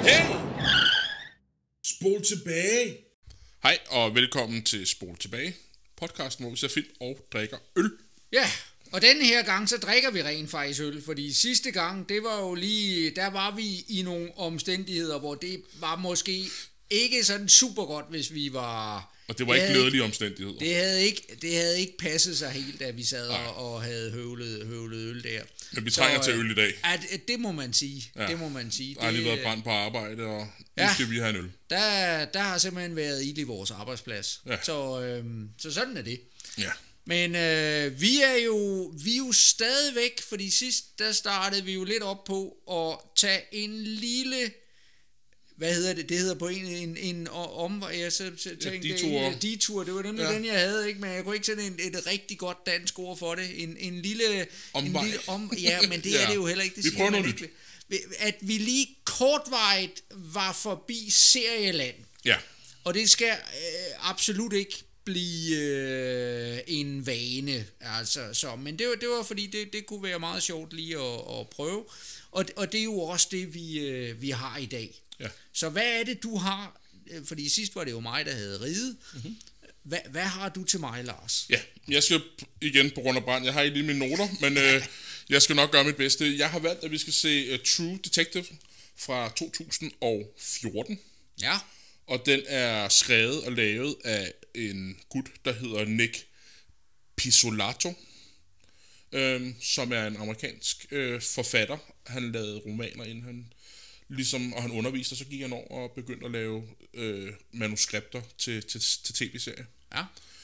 Hey! Spol tilbage! Hej og velkommen til Spol Tilbage, podcasten, hvor vi ser film og drikker øl. Ja, og denne her gang, så drikker vi rent faktisk øl, fordi sidste gang, det var jo lige, der var vi i nogle omstændigheder, hvor det var måske ikke sådan super godt, hvis vi var... Og det var ikke glædelige omstændigheder. Det havde ikke passet sig helt, at vi sad og havde høvlet øl der. Men vi trænger til øl i dag. Det må man sige. Ja. Det må man sige. Der har lige været brændt på arbejde, og nu skal vi have en øl. Der har simpelthen været ild i vores arbejdsplads. Ja. Så sådan er det. Ja. Men vi er jo stadigvæk, fordi sidst der startede vi jo lidt op på at tage en lille, hvad hedder det? Det hedder på en omvej. Jeg så tænkte detur. Det var nemlig den jeg havde, ikke, men jeg kunne ikke sætte et rigtig godt dansk ord for det. En lille omvej. Ja, men det er det jo heller ikke. Det vi prøver noget nyt. At vi lige kortvarigt var forbi Serieland. Ja. Og det skal absolut ikke blive en vane, altså, men det var fordi det kunne være meget sjovt lige at prøve, og det er jo også det vi har i dag. Ja. Så hvad er det du har, fordi sidst var det jo mig der havde riget. Hvad har du til mig, Lars? Ja, jeg skal igen på grund af brand. Jeg har ikke lige mine noter, men jeg skal nok gøre mit bedste. Jeg har valgt, at vi skal se True Detective fra 2014. Ja. Og den er skrevet og lavet af en gut, der hedder Nick Pizzolatto, som er en amerikansk forfatter. Han lavede romaner, inden han og han underviste, og så gik han over og begyndte at lave manuskripter til tv-serier. Ja.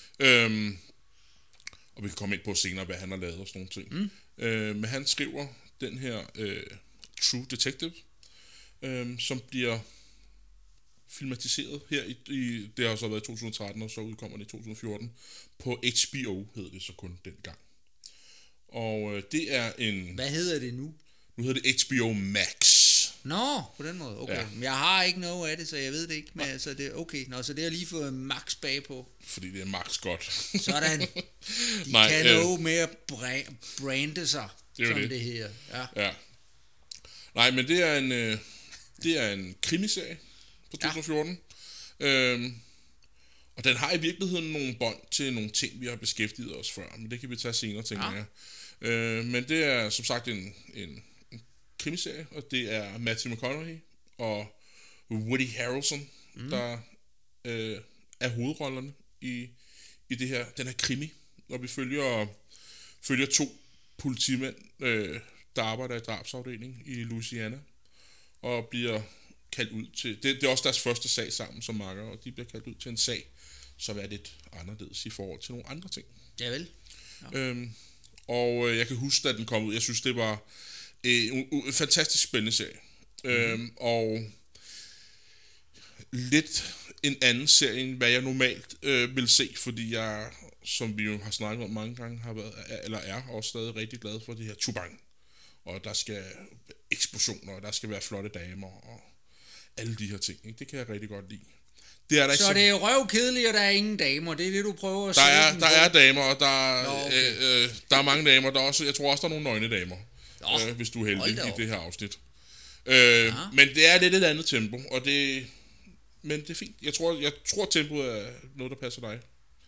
Og vi kan komme ind på senere, hvad han har lavet og sådan nogle ting. Men han skriver den her True Detective, som bliver filmatiseret her i det har så været i 2013, og så udkommer det i 2014 på HBO, hed det så kun dengang. Og det er en... Hvad hedder det nu? Nu hedder det HBO Max. Nå, på den måde, okay. Ja. Jeg har ikke noget af det, så jeg ved det ikke, men altså det er okay. Nå, så det har lige fået Max bagpå. Fordi det er Max godt. Sådan. De kan noget med at brande sig, det som det her. Ja. Nej, men det er en krimiserie på 2014. Og den har i virkeligheden nogle bånd til nogle ting, vi har beskæftiget os før, men det kan vi tage senere, tænker jeg. Men det er som sagt en krimiserie, og det er Matthew McConaughey og Woody Harrelson, der er hovedrollerne i det her, den her krimi, og vi følger to politimænd, der arbejder i drabsafdelingen i Louisiana, og bliver kaldt ud til, det er også deres første sag sammen som makker, og de bliver kaldt ud til en sag, som er lidt anderledes i forhold til nogle andre ting. Ja vel. Ja. Og jeg kan huske, da den kom ud, jeg synes, det var en fantastisk spændende serie. Og lidt en anden serie, end hvad jeg normalt vil se, fordi jeg, som vi jo har snakket om mange gange, har været, eller er også stadig rigtig glad for det her Chubang. Og der skal eksplosioner, og der skal være flotte damer, og alle de her ting. Ikke? Det kan jeg rigtig godt lide. Det er der så det er røvkedeligt, og der er ingen damer. Det er det, du prøver at sige. Der er damer, og der er mange damer. Der er også, jeg tror også, der er nogle nøgne damer, hvis du er heldig i det her afsnit. Men det er lidt et andet tempo, men det er fint. Jeg tror tempoet er noget, der passer dig.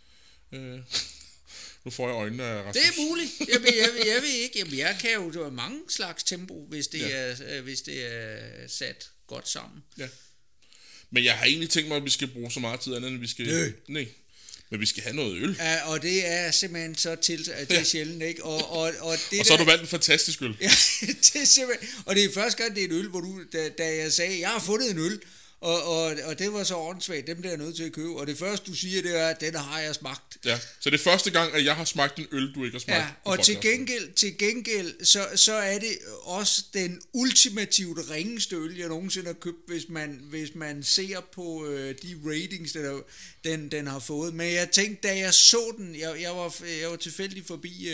Nu får jeg øjnene af Rasmus. Det er muligt. Jeg ved ikke. Jamen, jeg kan jo mange slags tempo, hvis det er sat godt sammen. Ja. Men jeg har egentlig tænkt mig, at vi skal bruge så meget tid andet, end vi skal... Nej. Men vi skal have noget øl. Ja, og det er simpelthen så det er sjældent, ikke? Og så har du valgt en fantastisk øl. Ja, det er simpelthen... Og det er første gang, det er et øl, hvor du... Da jeg sagde, jeg har fundet en øl, og det var så ordensvagt, dem der er nødt til at købe. Og det første, du siger, det er, at den har jeg smagt. Ja, så det er første gang, at jeg har smagt en øl, du ikke har smagt. Ja, og til gengæld så er det også den ultimativt ringeste øl, jeg nogensinde har købt, hvis man ser på de ratings, den har fået. Men jeg tænkte, da jeg så den, jeg var tilfældig forbi...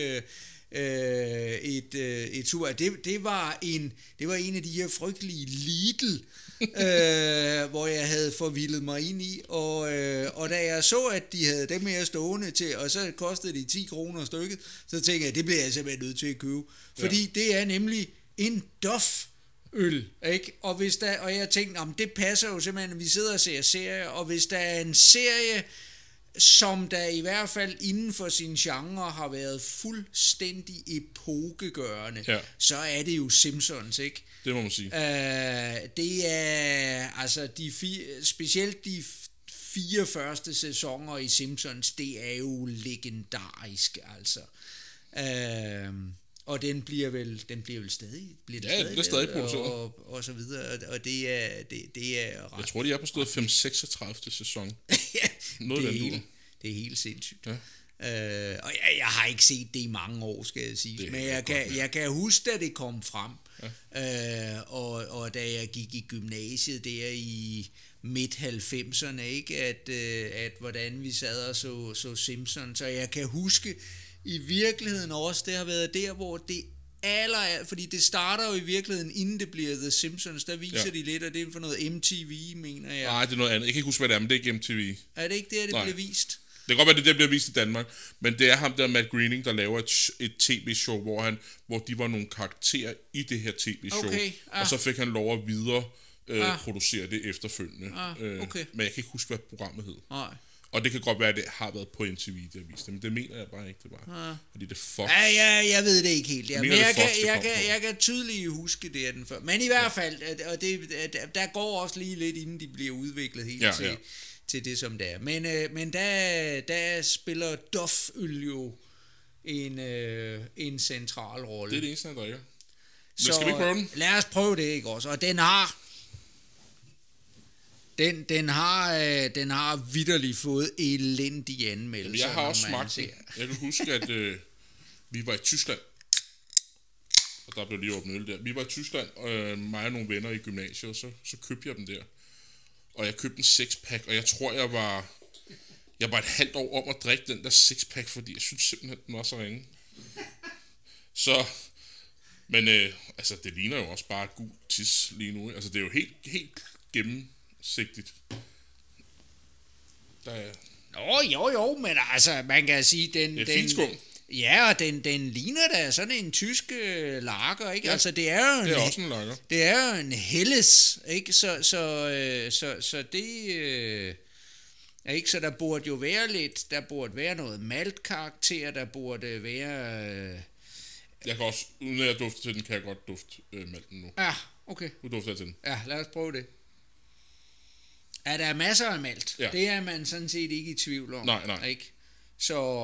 et super. Det var en af de her frygtelige Lidl, hvor jeg havde forvildet mig ind i, og da jeg så, at de havde dem her stående til, og så kostede de 10 kroner stykket, så tænkte jeg, det bliver jeg simpelthen nødt til at købe, fordi det er nemlig en Duff øl, ikke? Og jeg tænkte, om det passer jo simpelthen, at vi sidder og ser serier, og hvis der er en serie, som der i hvert fald inden for sin genre har været fuldstændig epokegørende, så er det jo Simpsons, ikke? Det må man sige. Det er altså specielt de 4 første sæsoner i Simpsons, det er jo legendarisk, altså. Og den bliver vel stadig stadig produceret og så videre, og det er ret. Jeg tror de er på stedet 5-36. sæson. Det er helt sindssygt. Ja. Og jeg har ikke set det i mange år, skal jeg sige, men jeg kan huske, at det kom frem. Ja. Og da jeg gik i gymnasiet der i midt-90'erne, ikke, at hvordan vi sad og så Simpsons, så jeg kan huske i virkeligheden også, det har været der, hvor det fordi det starter jo i virkeligheden, inden det bliver The Simpsons, der viser de lidt, og det er for noget MTV, mener jeg. Nej, det er noget andet. Jeg kan ikke huske, hvad det er, men det er ikke MTV. Er det ikke det bliver vist? Det kan godt være, det der bliver vist i Danmark, men det er ham der, Matt Groening, der laver et tv-show, hvor de var nogle karakterer i det her tv-show, og så fik han lov at videre producere det efterfølgende. Men jeg kan ikke huske, hvad programmet hed. Nej. Og det kan godt være, at det har været på MTV, det har vist det, men det mener jeg bare ikke, det var. Fordi det Fox. Jeg ved det ikke helt. Ja. Men jeg kan tydeligt huske det af den før. Men i hvert fald, og der går også lige lidt, inden de bliver udviklet helt til det, som det er. Men der spiller Duff-øl jo en central rolle. Det er det eneste, han drikker. Men skal vi ikke prøve den? Lad os prøve det, ikke også? Og den har... Den har vitterligt fået elendige anmeldelser. Jeg har også smagt den. Jeg kan huske, at vi var i Tyskland, og der blev lige åbnet øl der. Vi var i Tyskland, og mig og nogle venner i gymnasiet, og så købte jeg dem der. Og jeg købte en 6-pack, og jeg tror, jeg var et halvt år om at drikke den der 6-pack, fordi jeg synes simpelthen, den var så ringe. Så, men altså, det ligner jo også bare gul tis lige nu. Altså, det er jo helt gennemsigtigt. Jo, men altså, man kan sige, det er fint skum. Ja, og den ligner da sådan en tysk lager, ikke? Ja, altså, det er jo også en lager. Det er jo en Helles, ikke? Så det er ikke, så der burde jo være noget maltkarakter, der burde være... Jeg kan også, uden at jeg dufter til den, kan jeg godt dufte malten nu. Ja, okay. Nu dufter jeg til den. Ja, lad os prøve det. Ja, der er masser af malt. Ja. Det er man sådan set ikke i tvivl om. Nej. Ikke? Så...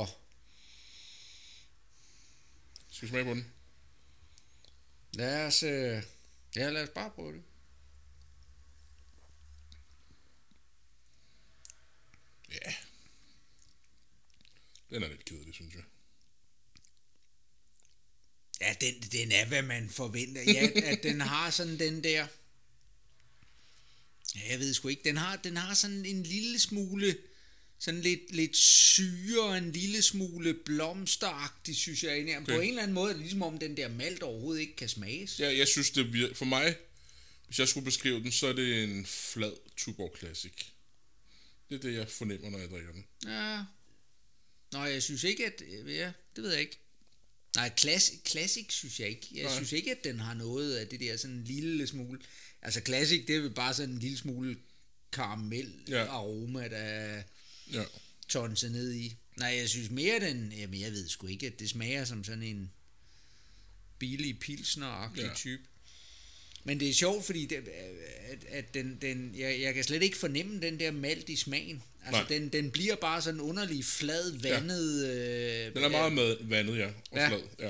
Skal vi smage på den? Lad os bare prøve det. Ja. Den er lidt kedelig, synes jeg. Ja, den er, hvad man forventer. Ja, at den har sådan den der... Ja, jeg ved sgu ikke. Den har sådan en lille smule... Sådan lidt syre, en lille smule blomsteragtig, synes jeg. Okay. På en eller anden måde, ligesom om den der malt overhovedet ikke kan smages. Ja, jeg synes, det virker... For mig, hvis jeg skulle beskrive den, så er det en flad Tuborg Classic. Det er det, jeg fornemmer, når jeg drikker den. Ja. Nå, jeg synes ikke, at... Ja, det ved jeg ikke. Nej, Classic synes jeg ikke. Jeg synes ikke, at den har noget af det der sådan en lille smule... Altså, Classic, det er vel bare sådan en lille smule karamel-aroma, der... Ja. Tonset ned i. Nej, jeg synes mere den... Jamen, jeg ved sgu ikke, at det smager som sådan en billig pilsner-agtig type. Men det er sjovt, fordi at jeg kan slet ikke fornemme den der malt i smagen. Altså, den bliver bare sådan underlig flad, vandet... Ja. Den er meget vandet, ja. Og flad, ja.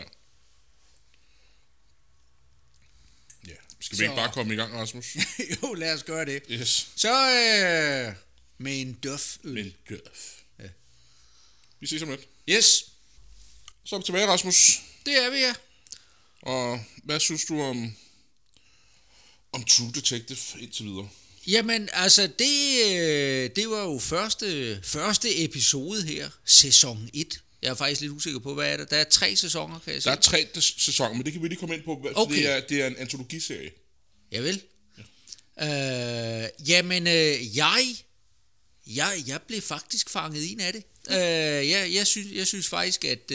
Ja. Skal vi ikke bare komme i gang, Rasmus? Jo, lad os gøre det. Yes. Så... Med en Duff-øl. Med en Duff. Ja. Vi ses om lidt. Yes. Så er vi tilbage, Rasmus. Det er vi, ja. Og hvad synes du om True Detective indtil videre? Jamen, altså, det var jo første episode her, sæson 1. Jeg er faktisk lidt usikker på, hvad er det? Der er 3 sæsoner, kan jeg sige. Der er 3 sæsoner, men det kan vi lige komme ind på, for det er en antologiserie. Javel. Ja. Jeg blev faktisk fanget ind af det. Jeg synes faktisk, at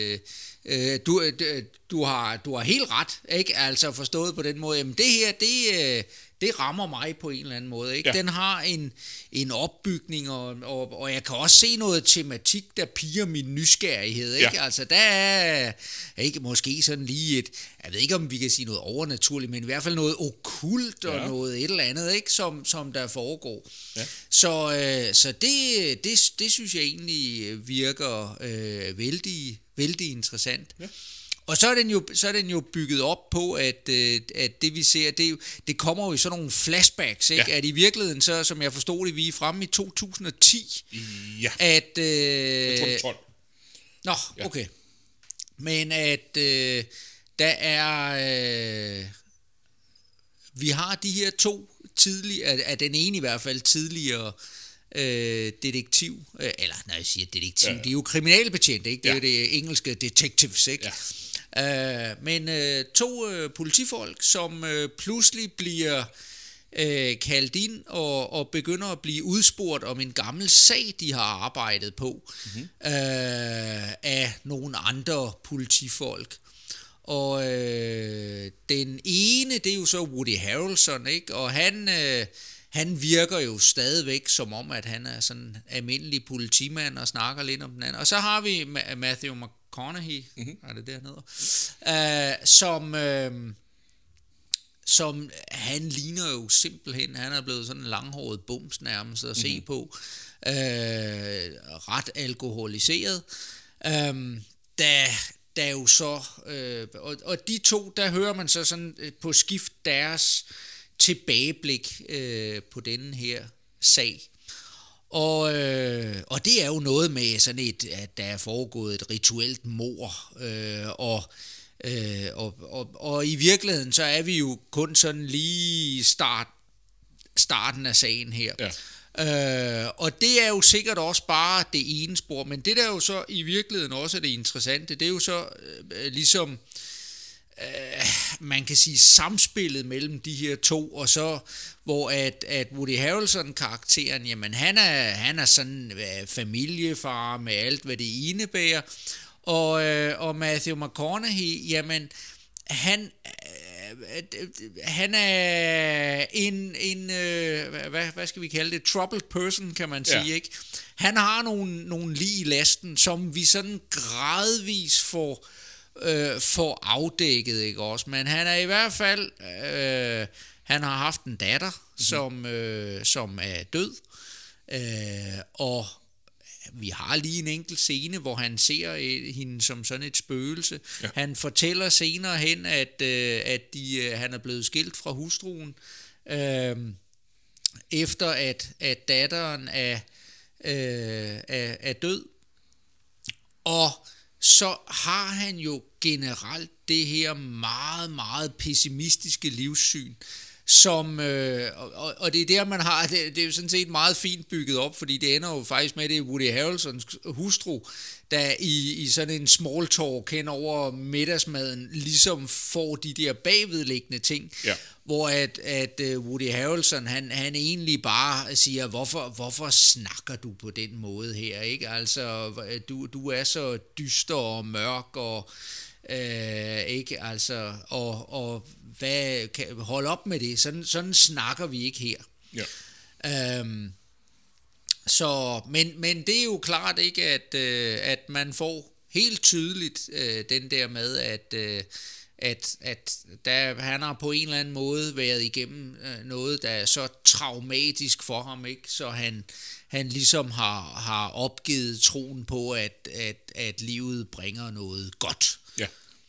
du har helt ret, ikke? Altså forstået på den måde, jamen det her, det rammer mig på en eller anden måde, ikke? Ja. Den har en opbygning, og jeg kan også se noget tematik, der piger min nysgerrighed, ikke? Ja. Altså der er ikke måske sådan lige jeg ved ikke om vi kan sige noget overnaturligt, men i hvert fald noget okkult og noget et eller andet, ikke? Som der foregår. Ja. Så det synes jeg egentlig virker vældig interessant. Ja. Og så er den jo bygget op på, at det vi ser, det kommer jo i sådan nogle flashbacks, ikke? Ja. At i virkeligheden, så som jeg forstod det, vi er fremme i 2010. Ja. At, jeg tror det er 12. Nå, okay. Men at der er... vi har de her to tidligere, at den ene i hvert fald tidligere detektiv, eller når jeg siger detektiv, det er jo kriminalbetjent, ikke? Det er jo det engelske detectives, ikke? Ja. Men to politifolk, som pludselig bliver kaldt ind og begynder at blive udspurgt om en gammel sag, de har arbejdet på, af nogle andre politifolk. Og den ene, det er jo så Woody Harrelson, ikke? Og han virker jo stadigvæk som om, at han er sådan en almindelig politimand og snakker lidt om den anden. Og så har vi Matthew McConaughey, er det dernede, som han ligner jo simpelthen, han er blevet sådan en langhåret bums nærmest at se på, ret alkoholiseret, der er jo så, og de to, der hører man så sådan på skift deres tilbageblik på denne her sag. Og det er jo noget med sådan at der er foregået et rituelt mord, og i virkeligheden så er vi jo kun sådan lige starten af sagen her. Ja. Og det er jo sikkert også bare det ene spor, men det der jo så i virkeligheden også er det interessante, det er jo så ligesom man kan sige samspillet mellem de her to, og så hvor at Woody Harrelson karakteren, jamen han er sådan familiefar med alt hvad det indebærer, og Matthew McConaughey, jamen han er en hvad skal vi kalde det, troubled person, kan man sige, ikke? Han har nogle lig i lasten, som vi sådan gradvis får afdækket, ikke også? Men han er i hvert fald han har haft en datter, som er død, og vi har lige en enkelt scene, hvor han ser hende som sådan et spøgelse. Ja. Han fortæller senere hen, at han er blevet skilt fra hustruen, efter at datteren er død. Og så har han jo generelt det her meget, meget pessimistiske livssyn, som, og det er der man har, det er jo sådan set meget fint bygget op, fordi det ender jo faktisk med, det Woody Harrelsons hustru, der i sådan en small talk hen over middagsmaden, ligesom får de der bagvedliggende ting, hvor at Woody Harrelson, han egentlig bare siger, hvorfor snakker du på den måde her, ikke? Altså, du er så dyster og mørk, og ikke, altså, og hold op med det, sådan snakker vi ikke her. Ja. Så, men det er jo klart ikke, at man får helt tydeligt den der med, at han har på en eller anden måde været igennem noget, der er så traumatisk for ham, ikke? Så han ligesom har opgivet troen på, at livet bringer noget godt. Ja.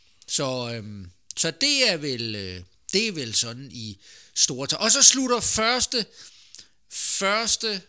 Så det er vel sådan i store. Og så slutter første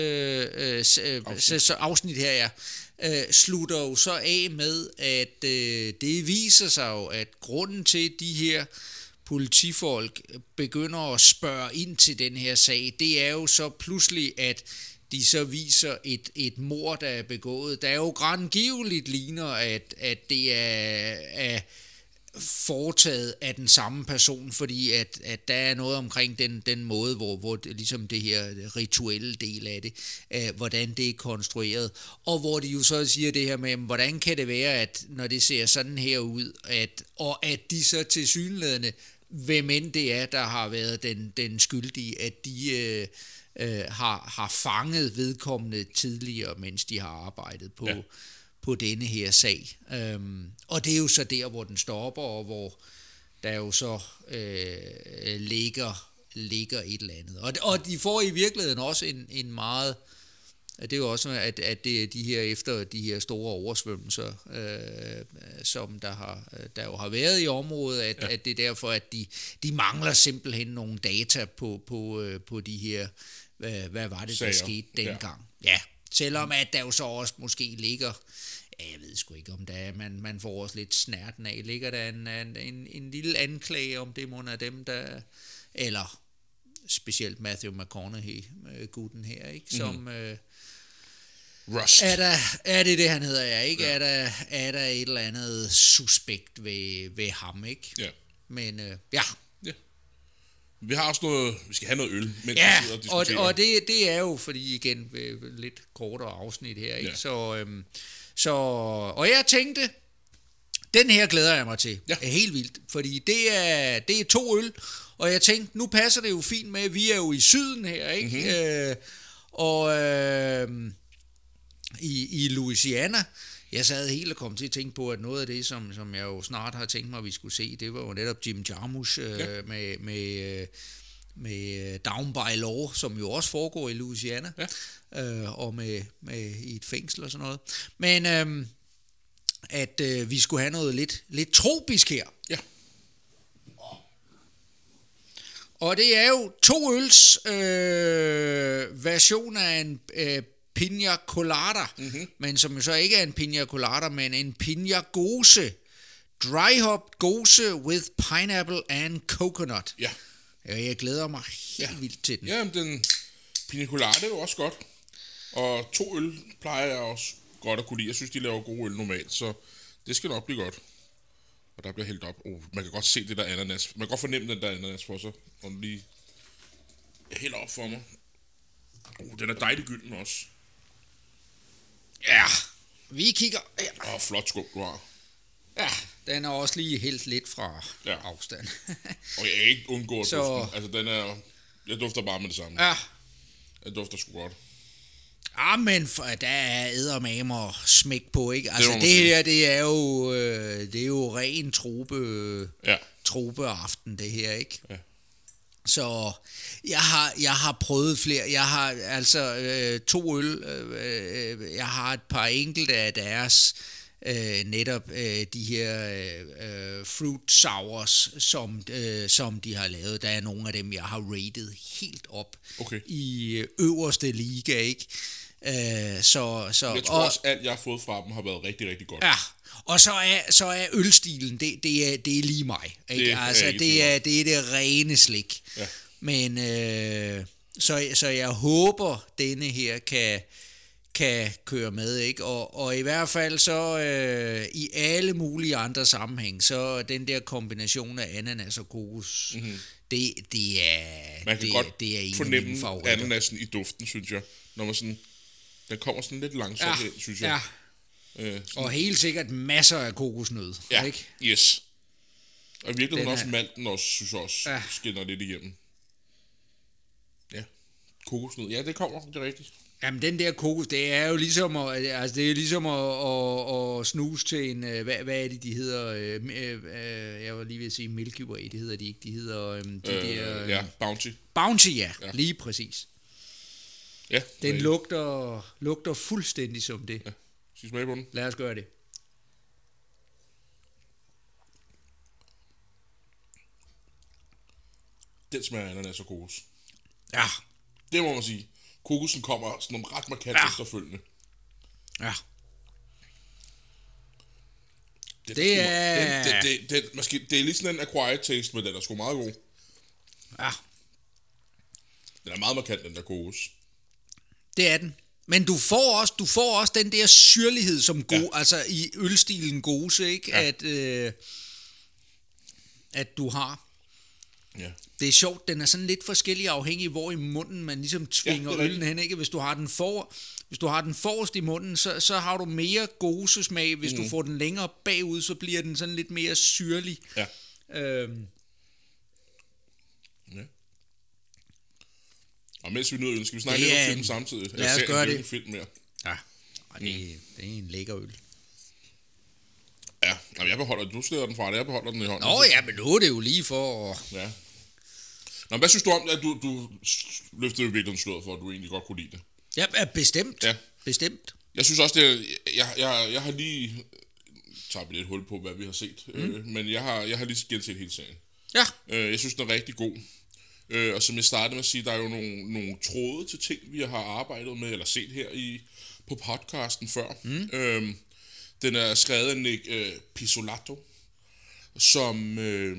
afsnit her, slutter jo så af med, at det viser sig jo, at grunden til de her politifolk begynder at spørge ind til den her sag, det er jo så pludselig, at de så viser et mord, der er begået, der jo grangiveligt ligner, at det er foretaget af den samme person, fordi at der er noget omkring den måde, hvor det, ligesom det her rituelle del af det, hvordan det er konstrueret, og hvor de jo så siger det her med, hvordan kan det være, at når det ser sådan her ud, at de så tilsyneladende, hvem end det er, der har været den skyldige, at de har fanget vedkommende tidligere, mens de har arbejdet på denne her sag. Og det er jo så der, hvor den stopper, og hvor der jo så ligger et eller andet. Og de får i virkeligheden også en meget... Det er jo også, at det er de her efter de her store oversvømmelser, som der jo har været i området, at det er derfor, at de mangler simpelthen nogle data på de her, hvad var det, der skete dengang. Ja, selvom at der jo så også måske ligger, jeg ved sgu ikke om der er, man får også lidt snærten af, ligger der en lille anklage om det må af dem, der, eller specielt Matthew McConaughey, gutten her, ikke, som... Rust. Er det han hedder, ja, ikke? Ja. Er der et eller andet suspekt ved ham, ikke? Ja. Men ja. Vi har også noget, vi skal have noget øl, mens vi sidder og diskuterer. Og det er jo, fordi igen, lidt kortere afsnit her, ikke? Ja. Og jeg tænkte, den her glæder jeg mig til. Ja. Helt vildt, fordi det er 2 øl, og jeg tænkte, nu passer det jo fint med, vi er jo i syden her, ikke? Mm-hmm. I Louisiana. Jeg sad helt og kom til at tænke på, at noget af det, som jeg jo snart har tænkt mig, at vi skulle se, det var jo netop Jim Jarmusch med Down by Law, som jo også foregår i Louisiana, og med i et fængsel og sådan noget. Men at vi skulle have noget lidt tropisk her. Ja. Og det er jo 2 øls version af en piña colada, men som jo så ikke er en piña colada, men en piña gose. Dry hop gose with pineapple and coconut. Ja. Jeg glæder mig helt vildt til den. Ja, men den piña colada er jo også godt. Og 2 øl plejer jeg også godt at kunne lide. Jeg synes, de laver gode øl normalt, så det skal nok blive godt. Og der bliver hældt op. Man kan godt se det der ananas. Man kan godt fornemme den der ananas for sig. Og den lige hælder op for mig. Den er dejlig gylden også. Ja, vi kigger. Ja. Flot skub, du har. Ja, den er også lige helt lidt fra afstand. Og jeg kan ikke undgå at dufte. Altså, den er... Jeg dufter bare med det samme. Ja. Jeg dufter sgu godt. Ja, men der er eddermamer smæk på, ikke? Altså, det her, det er jo ren tropeaften, det her, ikke? Ja. Så jeg har prøvet flere. Jeg har altså 2 øl. Jeg har et par enkelte af deres netop de her fruit sours, som de har lavet. Der er nogle af dem, jeg har rated helt op i øverste liga, ikke? Jeg tror også, alt jeg har fået fra dem har været rigtig, rigtig godt. Ja, og så er ølstilen, det er lige mig. Ikke? Det er det rene slik. Ja. Men så jeg håber, denne her kan køre med, ikke? Og i hvert fald så i alle mulige andre sammenhæng, så den der kombination af ananas og kokos, det er man kan det, godt det er en fornemme af mine favoritter. ananasen i duften, synes jeg. Når man sådan, den kommer sådan lidt langsomt ind, synes jeg. Ja. Og helt sikkert masser af kokosnød, ikke? Yes. Og i virkeligheden også malten også, synes jeg også, skinner lidt igennem. Ja, kokosnød. Ja, det kommer, det er rigtigt. Jamen, den der kokos, det er jo ligesom at snuse til en, hvad er det, de hedder? Jeg var lige ved at sige Milky Way, det hedder de ikke, de hedder Bounty. Bounty, ja, lige præcis. Ja. Den lugter fuldstændig som det. Ja. Skal vi smage på den? Lad os gøre det. Den smager ananas og kokos. Ja. Det må man sige. Kokosen kommer sådan ret markant efterfølgende. Ja. Det er lige sådan en acquired taste, men den er sgu meget god. Ja. Den er meget markant, den der kokos. Det er den. Men du får også den der syrlighed som god, altså i ølstilen gose, ikke? Ja. at du har. Ja. Det er sjovt, den er sådan lidt forskellig afhængig, hvor i munden man ligesom tvinger øllen hen, ikke? Hvis du har den forrest i munden, så har du mere gosesmag. Hvis du får den længere bagud, så bliver den sådan lidt mere syrlig. Ja. Ja. Og mens vi nu ønsker, vi snakker lidt om filmen samtidig. Lad os gøre det. En film mere. Ja, og det er en lækker øl. Ja, jeg beholder, du slæder den fra det, jeg beholder den i hånden. Nå ja, men nu er det jo lige for... Ja. Nå, men hvad synes du om, at du løftede jo virkelig slået for, at du egentlig godt kunne lide det? Ja, bestemt. Ja. Bestemt. Jeg synes også, det jeg har lige... tager vi lidt hul på, hvad vi har set. Men jeg har lige genset hele serien. Ja. Jeg synes, den er rigtig god. Og som jeg startede med at sige, der er jo nogle tråde til ting, vi har arbejdet med, eller set her på podcasten før. Den er skrevet af Nick Pizzolatto, som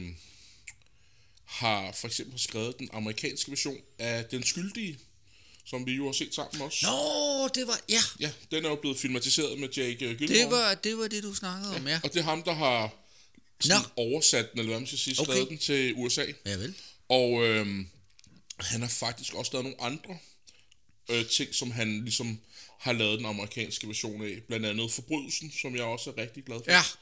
har for eksempel skrevet den amerikanske version af Den Skyldige, som vi jo har set sammen også. Nå, det var... Ja. Ja, den er jo blevet filmatiseret med Jake Gyllenhaal. Det var det, du snakkede om, ja. Og det er ham, der har oversat den, eller hvad man skal sige, skrevet den til USA. Ja vel. Og han har faktisk også lavet nogle andre ting, som han ligesom har lavet den amerikanske version af. Blandt andet Forbrydelsen, som jeg også er rigtig glad for. Ja.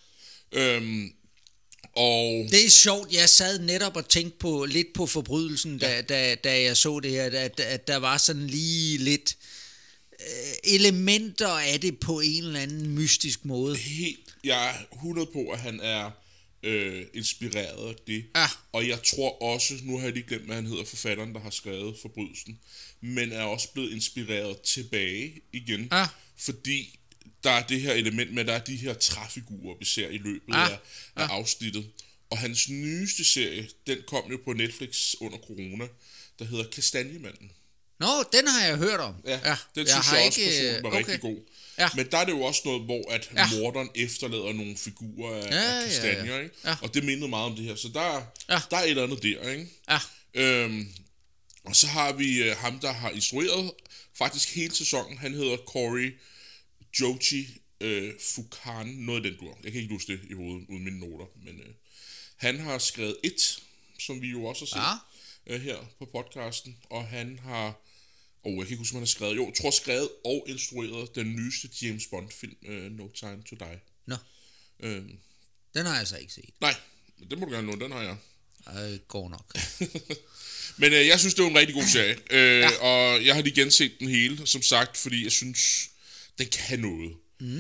Og det er sjovt, jeg sad netop og tænkte lidt på Forbrydelsen, da jeg så det her, at der var sådan lige lidt elementer af det på en eller anden mystisk måde. Jeg er 100 på, at han er inspireret af det. Ja. Og jeg tror også, nu har jeg lige glemt, hvad han hedder, forfatteren, der har skrevet Forbrydelsen, men er også blevet inspireret tilbage igen. Ja. Fordi der er det her element med, at der er de her træfigurer, vi ser i løbet af afsnittet. Og hans nyeste serie, den kom jo på Netflix under corona, der hedder Kastanjemanden. Nå, den har jeg hørt om. Ja, den synes jeg også personligt var rigtig god. Ja. Men der er det jo også noget, hvor at morderen efterlader nogle figurer af kastanjer, ikke? Ja. Og det mindede meget om det her. Så der er et eller andet der, ikke? Ja. Og så har vi ham, der har instrueret faktisk hele sæsonen. Han hedder Corey Joji Fukan, noget af den dur. Jeg kan ikke huske det i hovedet uden mine noter, men han har skrevet som vi jo også har set her på podcasten, og han har, jeg kan ikke huske, han har skrevet, skrevet og instrueret den nyeste James Bond-film, No Time to Die. Nå. Den har jeg altså ikke set. Nej, den må du gerne låne, den har jeg. Det går nok. Men jeg synes, det var en rigtig god serie, og jeg har lige genset den hele, som sagt, fordi jeg synes, den kan noget.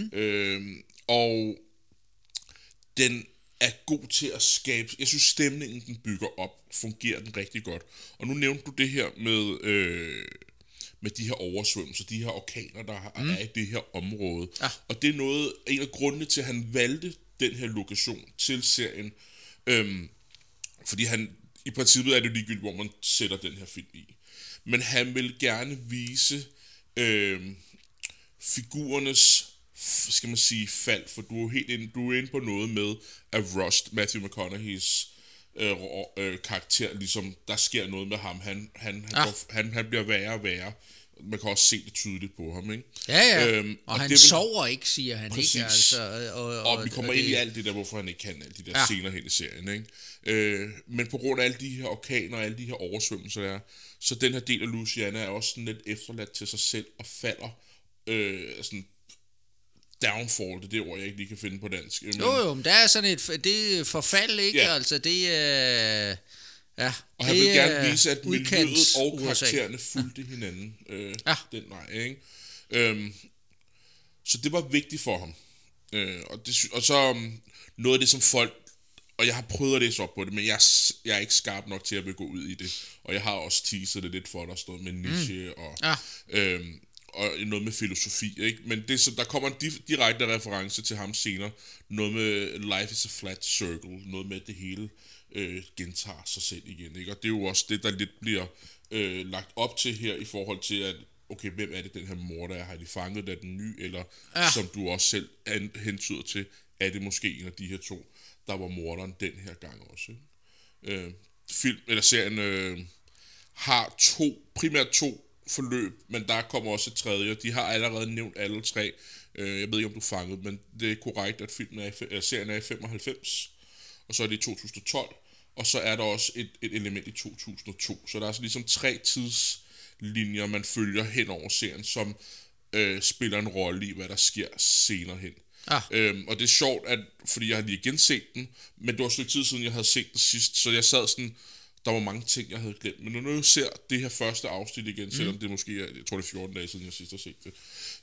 Og den er god til at skabe, jeg synes stemningen den bygger op, fungerer den rigtig godt. Og nu nævnte du det her med de her oversvømmelser, de her orkaner, der er i det her område. Ja. Og det er en af grundene til, at han valgte den her lokation til serien. Fordi i princippet er det ligegyldigt, hvor man sætter den her film i. Men han vil gerne vise figurernes, skal man sige, fald, for du er inde på noget med, at Rust, Matthew McConaughey's karakter, ligesom, der sker noget med ham. Han bliver værre og værre. Man kan også se det tydeligt på ham, ikke? Ja. Og han sover ikke, siger han. Præcis. Ikke? Altså, og vi kommer ind i alt det der, hvorfor han ikke kan alle de der scener hen i serien, ikke? Men på grund af alle de her orkaner og alle de her oversvømmelser der, så den her del af Louisiana er også sådan lidt efterladt til sig selv og falder sådan downfall, det er det ord, jeg ikke lige kan finde på dansk. Men men der er sådan det forfald, ikke? Ja. Altså det og han vil gerne vise, at miljøet og karaktererne fulgte hinanden den vej, ikke? Så det var vigtigt for ham. Og så noget af det, som folk, og jeg har prøvet at læse op på det, men jeg er ikke skarp nok til at vil gå ud i det. Og jeg har også teaset det lidt for, der står med Nietzsche og noget med filosofi, ikke? Men der kommer en direkte reference til ham senere. Noget med Life is a flat circle. Noget med, at det hele gentager sig selv igen, ikke? Og det er jo også det, der lidt bliver lagt op til her, i forhold til, at okay, hvem er det, den her morder er? Har de fanget det, den nye? Eller som du også selv hentyder til, er det måske en af de her to, der var morderen den her gang også, ikke? Serien har primært to forløb, men der kommer også et tredje. De har allerede nævnt alle tre. Jeg ved ikke, om du fangede, men det er korrekt, at serien er i 95, og så er det i 2012, og så er der også et element i 2002. Så der er altså ligesom 3 tidslinjer, man følger hen over serien, som spiller en rolle i, hvad der sker senere hen. Og det er sjovt, at, fordi jeg har lige genset den, men det var et stykke tid siden, jeg havde set den sidst, så jeg sad sådan, der var mange ting, jeg havde glemt. Men når jeg ser det her første afsnit igen, selvom det måske, jeg tror det er 14 dage siden, jeg sidst har set det,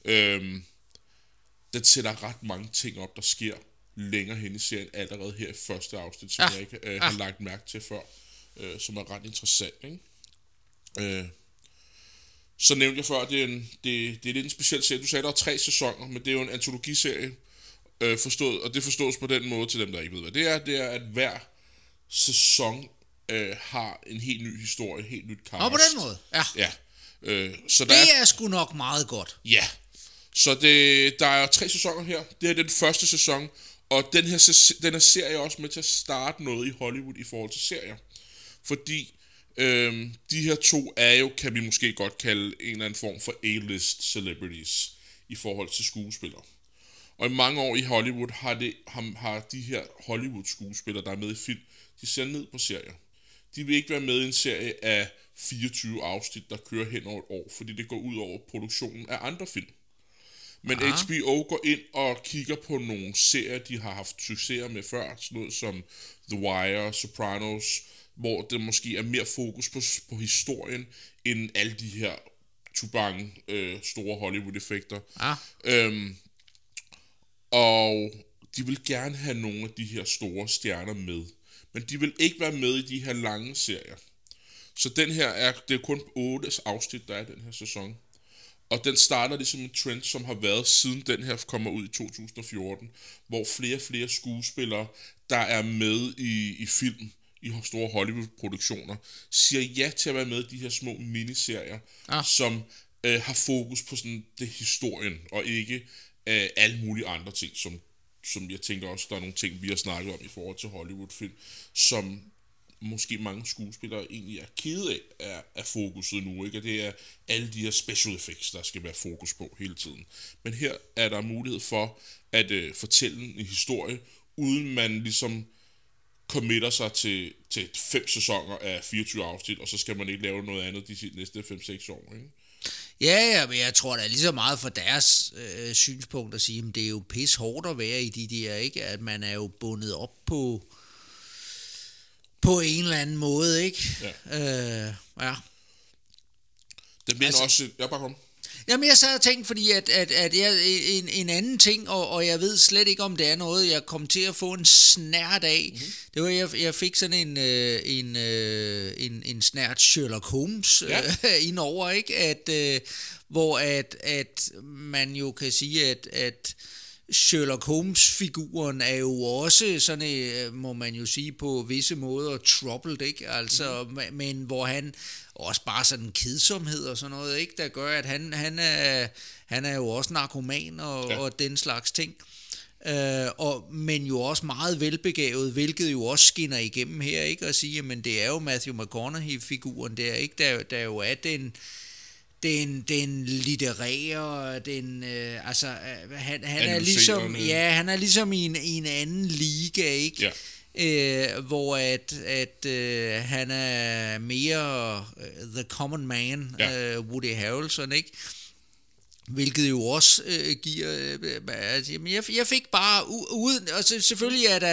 den sætter ret mange ting op, der sker længere hen i serien, allerede her i første afsnit, som jeg ikke har lagt mærke til før, som er ret interessant, ikke? Så nævnte jeg før, at det er lidt en speciel serie. Du sagde, der er 3 sæsoner, men det er jo en antologiserie, forstået, og det forstås på den måde til dem, der ikke ved, hvad det er, at hver sæson har en helt ny historie, helt nyt cast. Og på den måde, ja. Så det er sgu nok meget godt. Ja, så der er 3 sæsoner her. Det er den første sæson, og den her serie er også med til at starte noget i Hollywood i forhold til serier. Fordi de her 2 er jo, kan vi måske godt kalde, en eller anden form for A-list celebrities i forhold til skuespillere. Og i mange år i Hollywood har de her Hollywood-skuespillere, der er med i film, de ser ned på serier. De vil ikke være med i en serie af 24 afsnit, der kører hen over et år, fordi det går ud over produktionen af andre film. Men HBO går ind og kigger på nogle serier, de har haft succeser med før, sådan noget som The Wire, Sopranos, hvor det måske er mere fokus på historien, end alle de her store Hollywood-effekter. Og de vil gerne have nogle af de her store stjerner med. Men de vil ikke være med i de her lange serier. Så den her det er kun 8 afsnit, der er i den her sæson. Og den starter ligesom en trend, som har været siden den her kommer ud i 2014, hvor flere og flere skuespillere, der er med i film, i store Hollywood-produktioner, siger ja til at være med i de her små miniserier, som har fokus på sådan det historien, og ikke alle mulige andre ting, som jeg tænker også, der er nogle ting, vi har snakket om i forhold til Hollywood-film, som måske mange skuespillere egentlig er kede af fokuset nu, ikke? Og det er alle de her special effects, der skal være fokus på hele tiden. Men her er der mulighed for at fortælle en historie, uden man ligesom committer sig til 5 sæsoner af 24 afsnit, og så skal man ikke lave noget andet de næste 5-6 år, ikke? Ja, men jeg tror, der er lige så meget for deres synspunkt at sige, at det er jo pis hårdt at være i de der, ikke? At man er jo bundet op på en eller anden måde, ikke? Ja. Det bliver også... Jeg bare kom. Jamen, jeg sad og tænkte, fordi at en anden ting, og jeg ved slet ikke, om det er noget, jeg kom til at få en snært af. Mm-hmm. Det var, jeg fik sådan en snært Sherlock Holmes indover, ikke? Hvor man jo kan sige, at Sherlock Holmes-figuren er jo også sådan, må man jo sige på visse måder, troubled, ikke? Altså, men hvor han også bare sådan kedsomhed og sådan noget, ikke? Der gør, at han er jo også narkoman og den slags ting. Men jo også meget velbegavet, hvilket jo også skinner igennem her, ikke? At sige, men det er jo Matthew McConaughey-figuren der, ikke? Der jo er den litterære, han er ligesom, han er ligesom i en anden liga, ikke? Ja. Hvor han er mere the common man, Woody Harrelson, ikke? Hvilket jo også giver... jeg fik bare uden... Og selvfølgelig er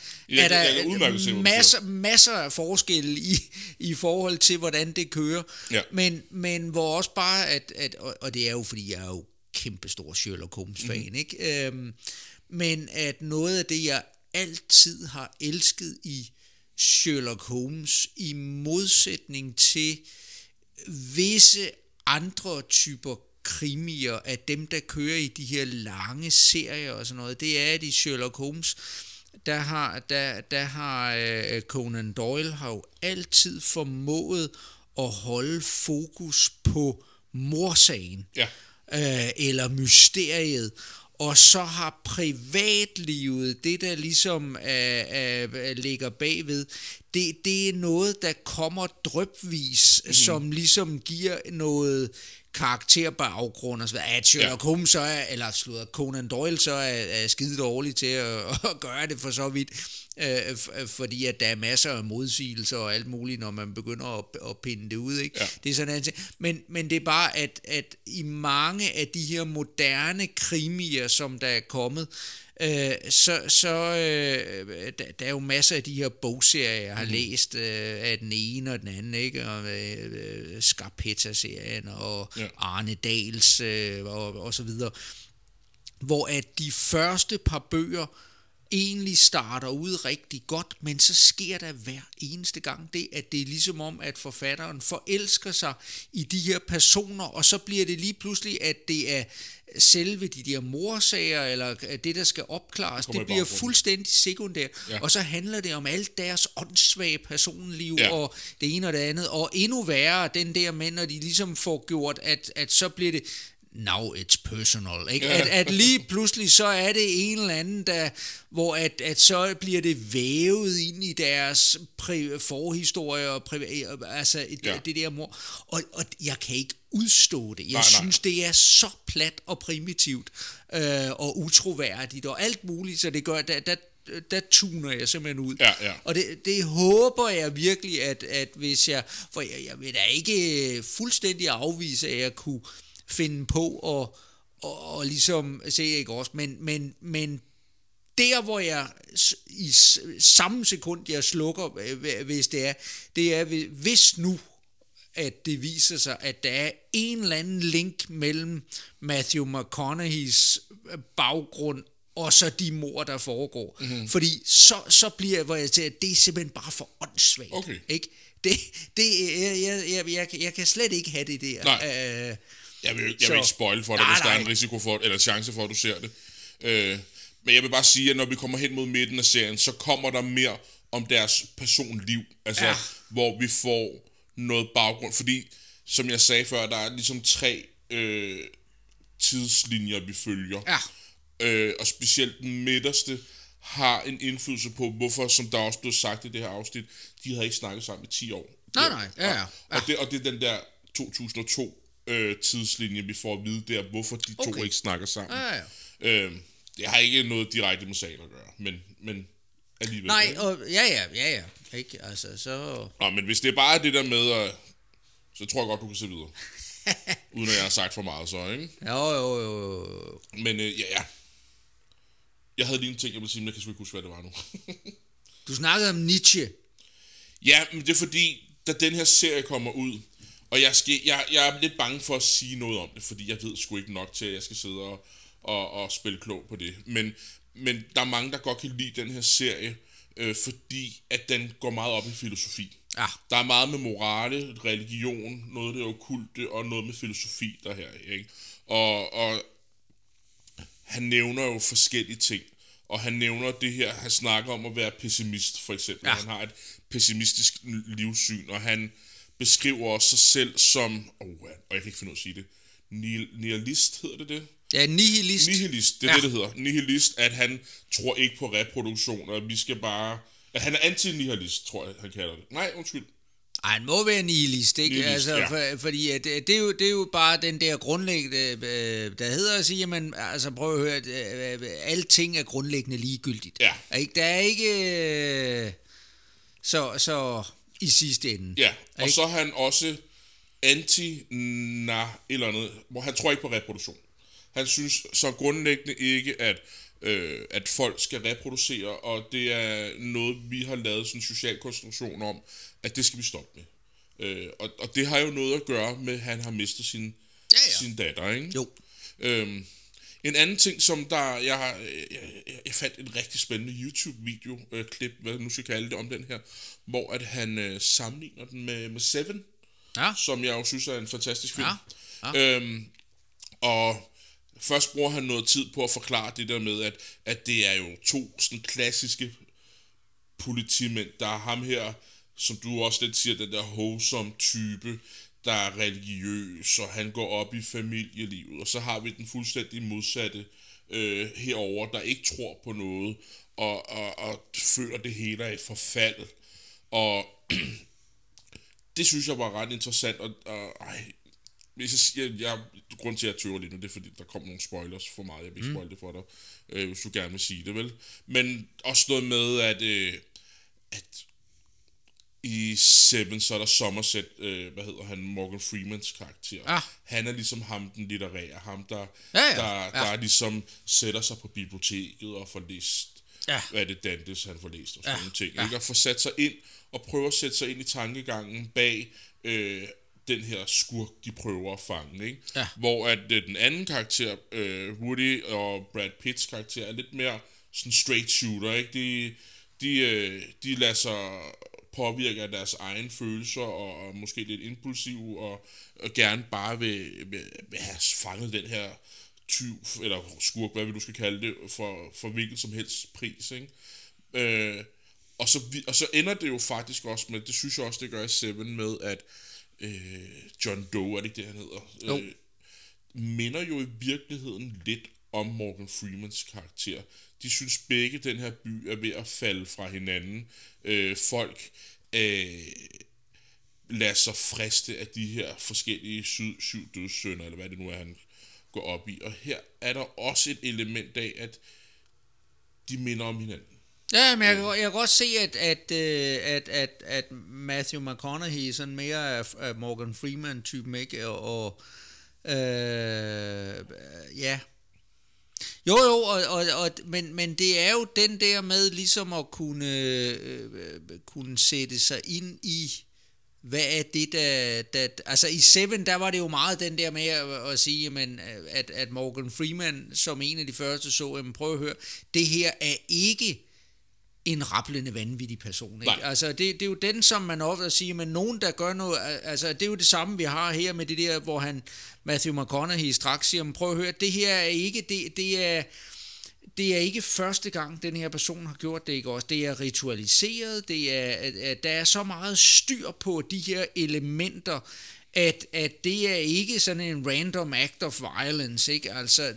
der masser af forskel i forhold til, hvordan det kører. Ja. Men hvor også bare... Og det er jo, fordi jeg er jo kæmpestor Sherlock Holmes-fan, ikke? Men at noget af det, jeg altid har elsket i Sherlock Holmes, i modsætning til visse andre typer krimier af dem, der kører i de her lange serier og sådan noget, det er, at i Sherlock Holmes, der har Conan Doyle har jo altid formået at holde fokus på morsagen, eller mysteriet, og så har privatlivet, det der ligesom ligger bagved, det er noget, der kommer drypvis, som ligesom giver noget karakterbaggrund og så videre. At Sherlock Holmes så er, eller Conan Doyle så er skide dårlig til at gøre det for så vidt, fordi at der er masser af modsigelser og alt muligt, når man begynder at pinde det ud, ikke? Ja. Det er sådan men det er bare, at i mange af de her moderne krimier, som der er kommet, der er jo masser af de her bogserier, jeg har læst af den ene og den anden, ikke? Og Scarpetta-serien og Arne Dahls og så videre, hvor at de første par bøger egentlig starter ud rigtig godt, men så sker der hver eneste gang det, at det er ligesom om, at forfatteren forelsker sig i de her personer, og så bliver det lige pludselig, at det er selve de der morsager, eller det, der skal opklares, det bliver fuldstændig sekundært, og så handler det om alt deres åndssvage personliv, og det ene og det andet, og endnu værre, den der mænd, når de ligesom får gjort, at så bliver det, now it's personal, ikke? At lige pludselig så er det en eller anden, hvor at så bliver det vævet ind i deres forhistorie og altså det der mor, og jeg kan ikke udstå det. Jeg synes, det er så plat og primitivt og utroværdigt og alt muligt, så det gør, der tuner jeg simpelthen ud. Og det håber jeg virkelig, at hvis for jeg vil da ikke fuldstændig afvise, at jeg kunne finde på og ligesom se, ikke også, men der hvor jeg i samme sekund jeg slukker, hvis det er hvis nu at det viser sig, at der er en eller anden link mellem Matthew McConaughey's baggrund og så de mord, der foregår. Fordi så bliver, hvor jeg siger, det er simpelthen bare for åndssvagt. Okay. Ikke? Jeg kan slet ikke have det der. Nej. Jeg vil ikke spoil for dig, hvis der er en risiko for, eller chance for, at du ser det. Men jeg vil bare sige, at når vi kommer hen mod midten af serien, så kommer der mere om deres personliv. Altså, hvor vi får noget baggrund. Fordi, som jeg sagde før, der er ligesom 3 tidslinjer, vi følger. Og specielt den midterste har en indflydelse på, hvorfor, som der også blev sagt i det her afsnit, de havde ikke snakket sammen i 10 år. Nej. Og det er den der 2002 tidslinje, vi får at vide der, hvorfor de to ikke snakker sammen. Det har ikke noget direkte med sagen at gøre, men alligevel. Nej, og ja. Ikke, altså, så... Nå, men hvis det er bare det der med, så tror jeg godt, du kan se videre. Uden at jeg har sagt for meget, så, ikke? Jo. Men ja. Jeg havde lige en ting, jeg ville sige, men jeg kan sgu ikke huske, hvad det var nu. Du snakkede om Nietzsche. Ja, men det er fordi, da den her serie kommer ud, og jeg er lidt bange for at sige noget om det, fordi jeg ved sgu ikke nok til, at jeg skal sidde og spille klog på det. Men der er mange, der godt kan lide den her serie, fordi at den går meget op i filosofi. Ja. Der er meget med morale, religion, noget af det okkulte, og noget med filosofi der her, ikke? Og han nævner jo forskellige ting. Og han nævner det her, han snakker om at være pessimist, for eksempel. Ja. Han har et pessimistisk livssyn, og han beskriver også sig selv som, og jeg kan ikke finde ud af at sige det, nihilist hedder det? Ja, nihilist. Nihilist, det er det hedder. Nihilist, at han tror ikke på reproduktion, og vi skal bare... At han er anti-nihilist, tror jeg, han kalder det. Nej, undskyld. Ej, han må være nihilist, ikke? Nihilist, altså, fordi det er jo bare den der grundlæggende, der hedder at sige, jamen, altså prøv at høre, alting er grundlæggende ligegyldigt. Ja. Ikke? Der er ikke... Så i sidste ende. Ja, og ikke? Så er han også eller andet, hvor han tror ikke på reproduktion. Han synes så grundlæggende ikke, at folk skal reproducere, og det er noget, vi har lavet sådan en social konstruktion om, at det skal vi stoppe med. Og det har jo noget at gøre med, at han har mistet sin datter, ikke? Jo. En anden ting, som der jeg fandt en rigtig spændende YouTube-video-klip, hvad jeg nu skal kalde det, om den her, hvor at han sammenligner den med Seven, som jeg jo synes er en fantastisk film. Ja. Og først bruger han noget tid på at forklare det der med, at det er jo 2 sådan klassiske politimænd. Der er ham her, som du også lidt siger, den der wholesome type, der er religiøs, og han går op i familielivet. Og så har vi den fuldstændig modsatte herover, der ikke tror på noget, og føler det hele er et forfald. Og det synes jeg var ret interessant, og hvis grund til, at jeg tøver lidt nu, det er, fordi der kommer nogle spoilers for meget. Jeg vil ikke spoil det for dig, hvis du gerne vil sige det, vel? Men også noget med, at i Seven, så er der Somerset, Morgan Freemans karakter. Han er ligesom ham, den litterære, ham der ligesom sætter sig på biblioteket og får læst, hvad er det Dantes, han får læst og sådan nogle ting. Ikke? Og får sat sig ind og prøver at sætte sig ind i tankegangen bag den her skurk, de prøver at fange. Ikke? Hvor at den anden karakter, Woody og Brad Pitts karakter, er lidt mere sådan straight shooter. Ikke? De lader sig påvirke af deres egne følelser, og måske lidt impulsive, og gerne bare vil have fanget den her tyv, eller skurk, hvad vi du skal kalde det, for hvilken som helst pris, ikke? Og så ender det jo faktisk også med, det synes jeg også, det gør i Seven med, at John Doe, er det ikke det, han hedder? Minder jo i virkeligheden lidt om Morgan Freemans karakter. De synes begge, den her by er ved at falde fra hinanden. Folk lader sig friste af de her forskellige syv dødssynder, eller hvad det nu er, han går op i. Og her er der også et element af, at de minder om hinanden. Ja, men jeg kan godt se, at Matthew McConaughey sådan mere af Morgan Freeman-typen, ikke? Ja. Men det er jo den der med ligesom at kunne sætte sig ind i, hvad er det, der altså i Seven, der var det jo meget den der med at sige, jamen, at Morgan Freeman som en af de første så, jamen, prøv at høre, det her er ikke en rablende vanvittig person, ikke? Altså det er jo den, som man ofte siger, men nogen der gør noget, altså det er jo det samme vi har her med det der, hvor Matthew McConaughey straks siger, men prøv at høre, det her er ikke det er ikke første gang den her person har gjort det, ikke også? Det er ritualiseret, der er så meget styr på de her elementer, at det er ikke sådan en random act of violence, ikke? Altså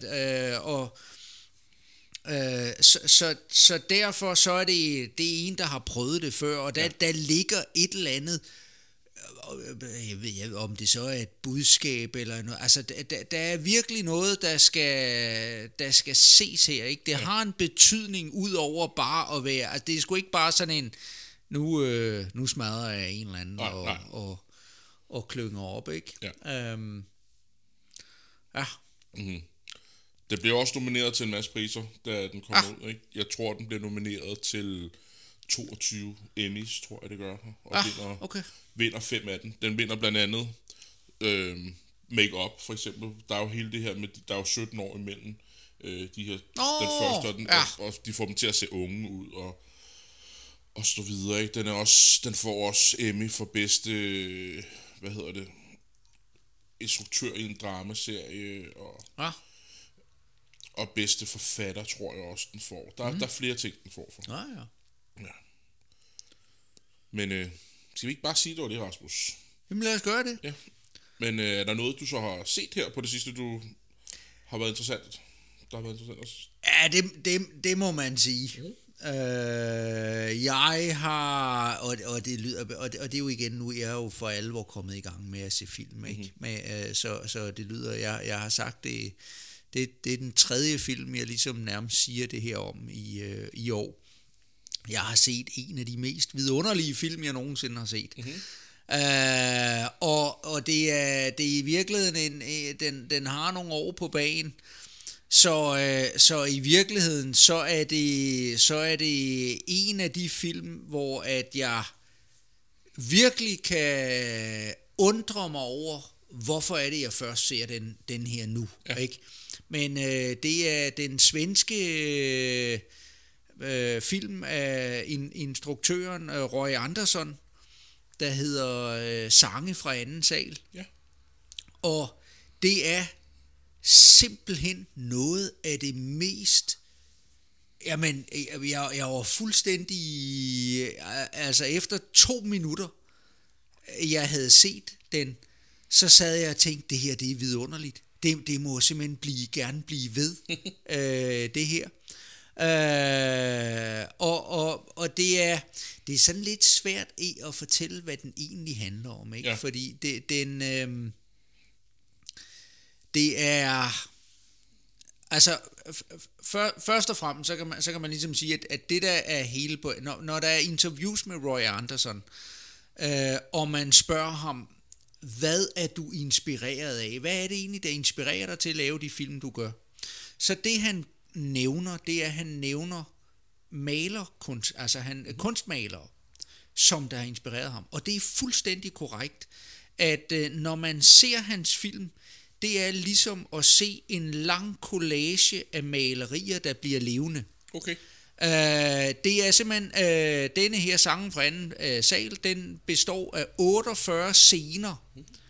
så derfor så er det er en, der har prøvet det før, og der ligger et eller andet, jeg ved ikke, om det så er et budskab eller noget, altså der er virkelig noget, der skal ses her, ikke? Det har en betydning ud over bare at være, altså det er sgu ikke bare sådan en, nu smadrer jeg en eller anden og klynger op, ikke? Det blev også nomineret til en masse priser, da den kom ud, ikke? Jeg tror, den blev nomineret til 22 Emmys, tror jeg, det gør. Og vinder 5 af den. Den vinder blandt andet make-up, for eksempel. Der er jo hele det her med, der er jo 17 år imellem de her, den første og den, og de får dem til at se unge ud, og så videre, ikke? Den får også Emmy for bedste, instruktør i en dramaserie, og bedste forfatter, tror jeg også, den får. Der er flere ting, den får for. Ja. Men skal vi ikke bare sige, det var det, Rasmus? Jamen lad os gøre det. Ja. Men er der noget, du så har set her på det sidste, du har været interessant? Der har været interessant også? Ja, det må man sige. Jeg har, og det lyder, og det er jo igen nu, jeg er jo for alvor kommet i gang med at se film, ikke? Så det lyder, jeg har sagt det er den 3. film, jeg ligesom nærmest siger det her om i år. Jeg har set en af de mest vidunderlige film, jeg nogensinde har set. Og det er i virkeligheden den har nogle år på bagen. Så i virkeligheden så er det en af de film, hvor at jeg virkelig kan undre mig over, hvorfor er det jeg først ser den her nu, ikke? Men det er den svenske film af instruktøren Roy Andersson, der hedder Sange fra anden sal. Ja. Og det er simpelthen noget af det mest, jamen jeg var fuldstændig, altså efter 2 minutter jeg havde set den, så sad jeg og tænkte, det her det er vidunderligt, det må simpelthen gerne blive ved det her. Og det er sådan lidt svært at fortælle, hvad den egentlig handler om, ikke? Ja. Fordi det er... Altså, først og fremmest, så kan man ligesom sige, at det der er hele på... Når der er interviews med Roy Andersson, og man spørger ham, hvad er du inspireret af? Hvad er det egentlig, der inspirerer dig til at lave de film, du gør? Så det han nævner, det er, at han nævner malerkunst, altså kunstmalere, som der har inspireret ham. Og det er fuldstændig korrekt, at når man ser hans film, det er ligesom at se en lang collage af malerier, der bliver levende. Okay. Det er simpelthen, denne her sangen fra anden sal, den består af 48 scener,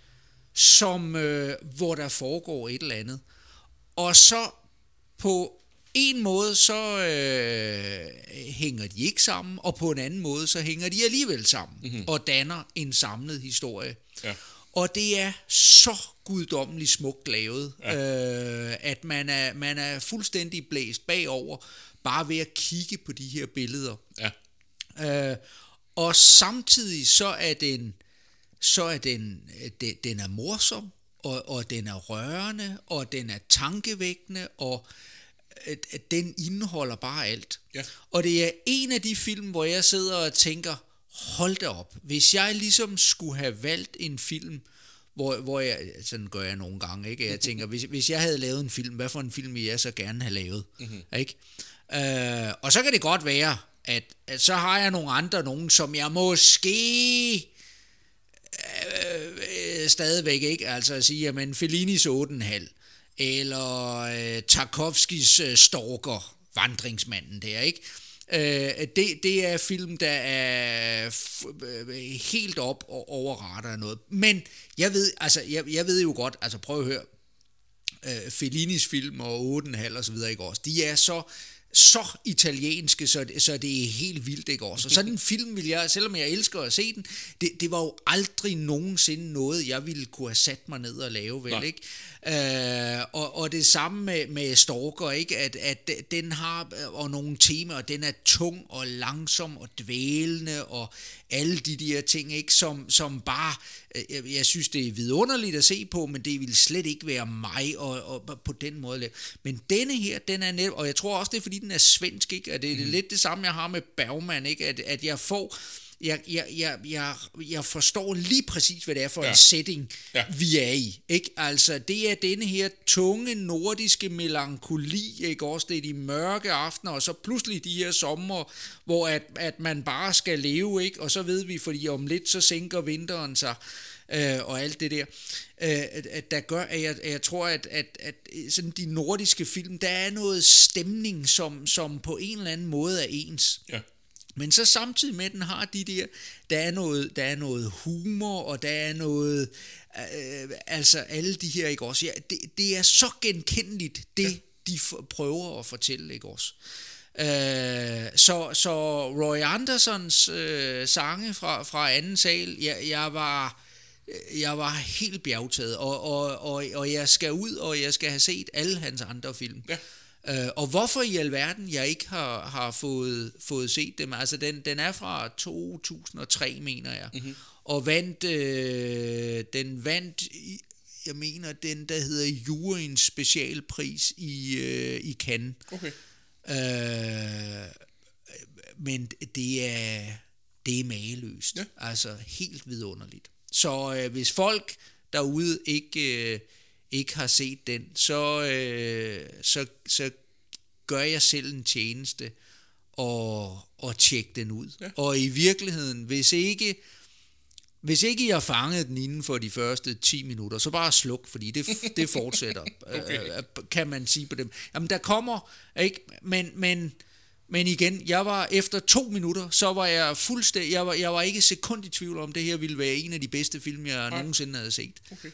hvor der foregår et eller andet. Og så på en måde, så hænger de ikke sammen, og på en anden måde, så hænger de alligevel sammen, og danner en samlet historie. Ja. Og det er så guddommeligt smukt lavet, at man er fuldstændig blæst bagover, bare ved at kigge på de her billeder. Ja. Og samtidig så er den er morsom, og den er rørende, og den er tankevækkende, og den indeholder bare alt. Ja. Og det er en af de film, hvor jeg sidder og tænker, hold da op, hvis jeg ligesom skulle have valgt en film, hvor jeg, sådan gør jeg nogle gange, ikke? Jeg tænker, hvis jeg havde lavet en film, hvad for en film ville jeg så gerne have lavet? Ikke? Og så kan det godt være, at så har jeg nogle andre, som jeg måske stadigvæk ikke, altså at sige, jamen Fellinis 8,5, eller Tarkovskis Stalker, Vandringsmanden der, ikke? Det er film, der er helt op og over radar noget. Men jeg ved jo godt, altså prøv at høre, Fellinis film og 8,5 og så videre, ikke også? De er så italienske, så det er helt vildt, ikke også? Og sådan en film vil jeg, selvom jeg elsker at se den, det var jo aldrig nogensinde noget, jeg ville kunne have sat mig ned og lave, vel, nej, ikke? Og det samme med Stalker, ikke? At den har og nogle temaer, og den er tung og langsom og dvælende og alle de der ting, ikke? Som bare, jeg synes det er vidunderligt at se på, men det vil slet ikke være mig og på den måde. Men denne her, den er net, og jeg tror også det er fordi den er svensk, ikke? Og det er lidt det samme jeg har med Bergman, ikke? At jeg får jeg forstår lige præcis, hvad det er for en setting, vi er i, ikke? Altså, det er denne her tunge nordiske melankoli, ikke? Også det er de mørke aftener, og så pludselig de her sommer, hvor at man bare skal leve, ikke? Og så ved vi, fordi om lidt, så sænker vinteren sig, og alt det der, der gør, at jeg tror, at sådan de nordiske film, der er noget stemning, som på en eller anden måde er ens. Ja. Men så samtidig med den har de der er noget humor, og der er noget, altså alle de her, ikke også? Ja, det er så genkendeligt, det de prøver at fortælle, ikke også? Så Roy Anderssons sange fra anden sal, jeg var helt bjergtaget, og jeg skal ud, og jeg skal have set alle hans andre film. Ja. Og hvorfor i alverden jeg ikke har fået set dem, altså den er fra 2003, mener jeg, og den vandt, jeg mener den der hedder Juryens specialpris i Cannes. Okay. Men det er mageløst, altså helt vidunderligt. Så hvis folk derude ikke har set den, så gør jeg selv en tjeneste og tjek den ud. Ja. Og i virkeligheden, hvis ikke I har fanget den inden for de første 10 minutter, så bare sluk, fordi det fortsætter, kan man sige på dem. Jamen der kommer, ikke, men igen, jeg var efter 2 minutter, så var jeg fuldstændig, jeg var ikke sekund i tvivl om, det her ville være en af de bedste film, jeg nogensinde havde set. Okay.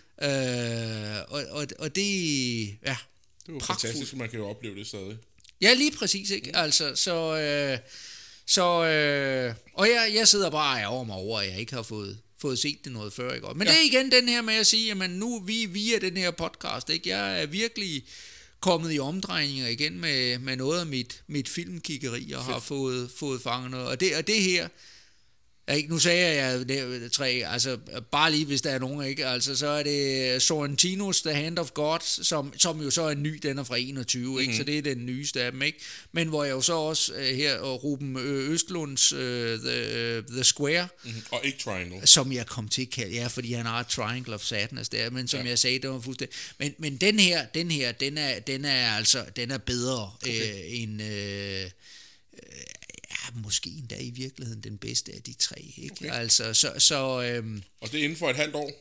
Og det, ja, det var fantastisk, man kan jo opleve det stadig. Ja, lige præcis, ikke? Altså, og jeg sidder bare og ærger mig over, at jeg ikke har fået set det noget før, ikke? Men det er igen den her med at sige, jamen nu vi via den her podcast, ikke? Jeg er virkelig kommet i omdrejninger igen med noget af mit filmkiggeri, og har fået fanget noget. Og det her, Ikke? Nu sagde jeg 3, altså bare lige hvis der er nogen, ikke? Altså så er det Sorrentinos The Hand of God, som jo så er ny, den er fra 21, ikke? Så det er den nyeste af dem, ikke? Men hvor jeg jo så også her, og Ruben Østlunds The Square, og ikke Triangle, som jeg kom til at kalde, ja, fordi han har Triangle of Sadness der, men som jeg sagde, det var fuldstændig, men den her, den er altså, den er bedre end måske endda i virkeligheden den bedste af de 3, ikke? Okay. Altså, og det er inden for et halvt år?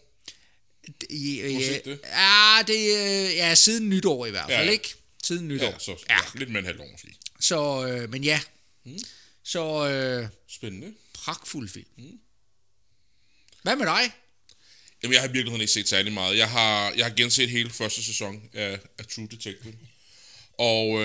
Ja, siden nytår i hvert fald, ikke? Siden nytår. Ja, så lidt mere end et halvt år måske. Så, men ja. Så, spændende. Pragtfuld film. Hvad med dig? Jamen, jeg har i virkeligheden ikke set særlig meget. Jeg har genset hele første sæson af True Detective. Og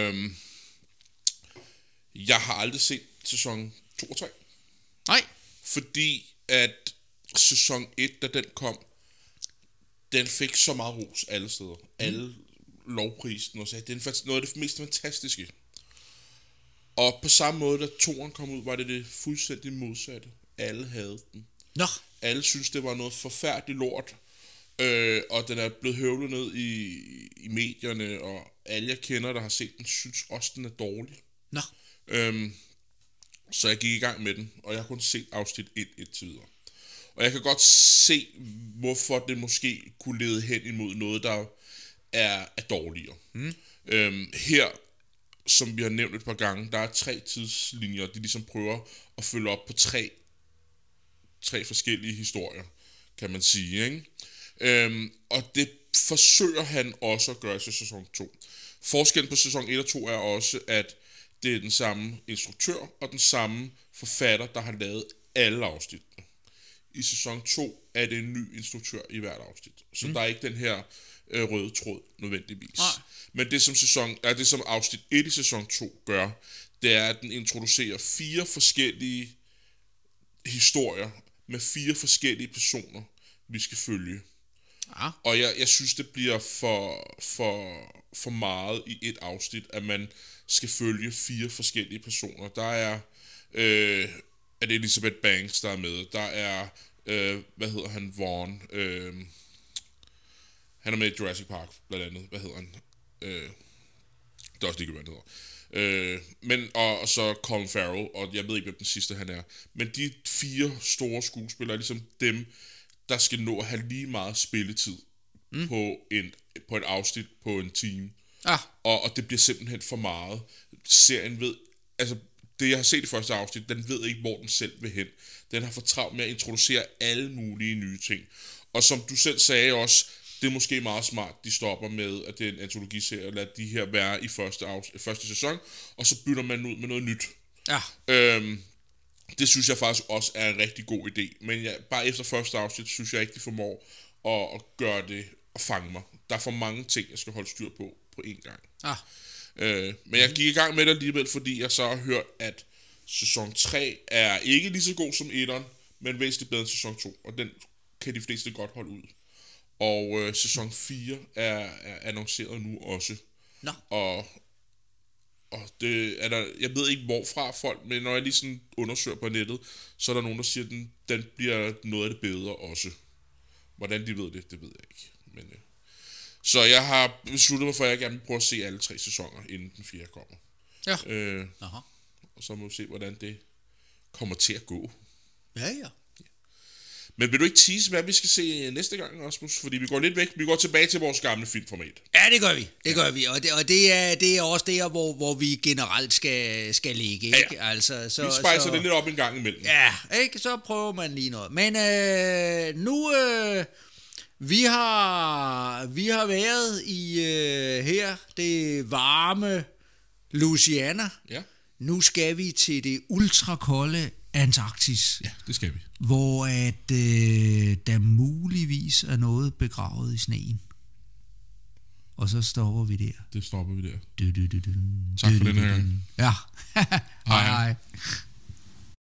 jeg har aldrig set sæson 2 og 3. Nej. Fordi at sæson 1, da den kom, den fik så meget ros alle steder. Alle lovprisen og sagde, det er noget af det mest fantastiske. Og på samme måde, da 2'eren kom ud, var det fuldstændig modsatte. Alle havde den. Nå. Alle synes det var noget forfærdeligt lort. Og den er blevet høvlet ned i medierne, og alle jeg kender, der har set den, synes også, den er dårlig. Nå. Så jeg gik i gang med den, og jeg har kun set afsnit 1 til videre. Og jeg kan godt se, hvorfor det måske kunne lede hen imod noget, der er dårligere. Her, som vi har nævnt et par gange, der er 3 tidslinjer, de ligesom prøver at følge op på 3 forskellige historier, kan man sige, ikke? Og det forsøger han også at gøre til sæson 2. Forskellen på sæson 1 og 2 er også, at det er den samme instruktør og den samme forfatter, der har lavet alle afsnittene. I sæson 2 er det en ny instruktør i hvert afsnit. Så der er ikke den her røde tråd nødvendigvis. Men det som afsnit 1 i sæson 2 gør, det er, at den introducerer 4 forskellige historier med 4 forskellige personer, vi skal følge. Og jeg synes, det bliver for meget i et afsnit, at man skal følge 4 forskellige personer. Der er det Elizabeth Banks, der er med. Der er, hvad hedder han, Vaughn. Han er med i Jurassic Park, blandt andet. Hvad hedder han? Det er også ligegyldigt, hvad han hedder. Og så Colin Farrell, og jeg ved ikke, hvem den sidste han er. Men de 4 store skuespillere er ligesom dem, der skal nå at have lige meget spilletid på et afsnit på en time. Og det bliver simpelthen for meget. Serien ved, altså det jeg har set i første afsnit, den ved ikke, hvor den selv vil hen. Den har for travlt med at introducere alle mulige nye ting. Og som du selv sagde også, det er måske meget smart, de stopper med, at det er en antologiserie, og lader de her være i første sæson, og så bytter man ud med noget nyt. Det synes jeg faktisk også er en rigtig god idé. Men bare efter første afsnit, synes jeg ikke, de formår at gøre det og fange mig. Der er for mange ting, jeg skal holde styr på én gang. Men jeg gik i gang med det alligevel, fordi jeg så har hørt, at sæson 3 er ikke lige så god som 1'eren, men væsentligt bedre end sæson 2, og den kan de fleste godt holde ud. Og sæson 4 er annonceret nu også. Og det er der, jeg ved ikke hvorfra folk, men når jeg lige sådan undersøger på nettet, så er der nogen, der siger, at den bliver noget af det bedre også. Hvordan de ved det ved jeg ikke. Men, så jeg har besluttet mig for, at jeg gerne vil prøve at se alle 3 sæsoner, inden den 4 kommer. Og så må vi se, hvordan det kommer til at gå. Ja. Men vil du ikke tease, hvad vi skal se næste gang, Rasmus? Fordi vi går lidt væk. Vi går tilbage til vores gamle filmformat. Ja, det gør vi. Det gør vi. Og det er også der, hvor vi generelt skal ligge. Ikke? Ja. Altså, vi spejser det lidt op en gang imellem. Ja, ikke? Så prøver man lige noget. Men nu... Vi har været i her, det varme Louisiana. Ja. Nu skal vi til det ultrakolde Antarktis. Ja, det skal vi. Hvor der muligvis er noget begravet i sneen. Og så stopper vi der. Det stopper vi der. Du. Tak for den her gang. Ja. Hej.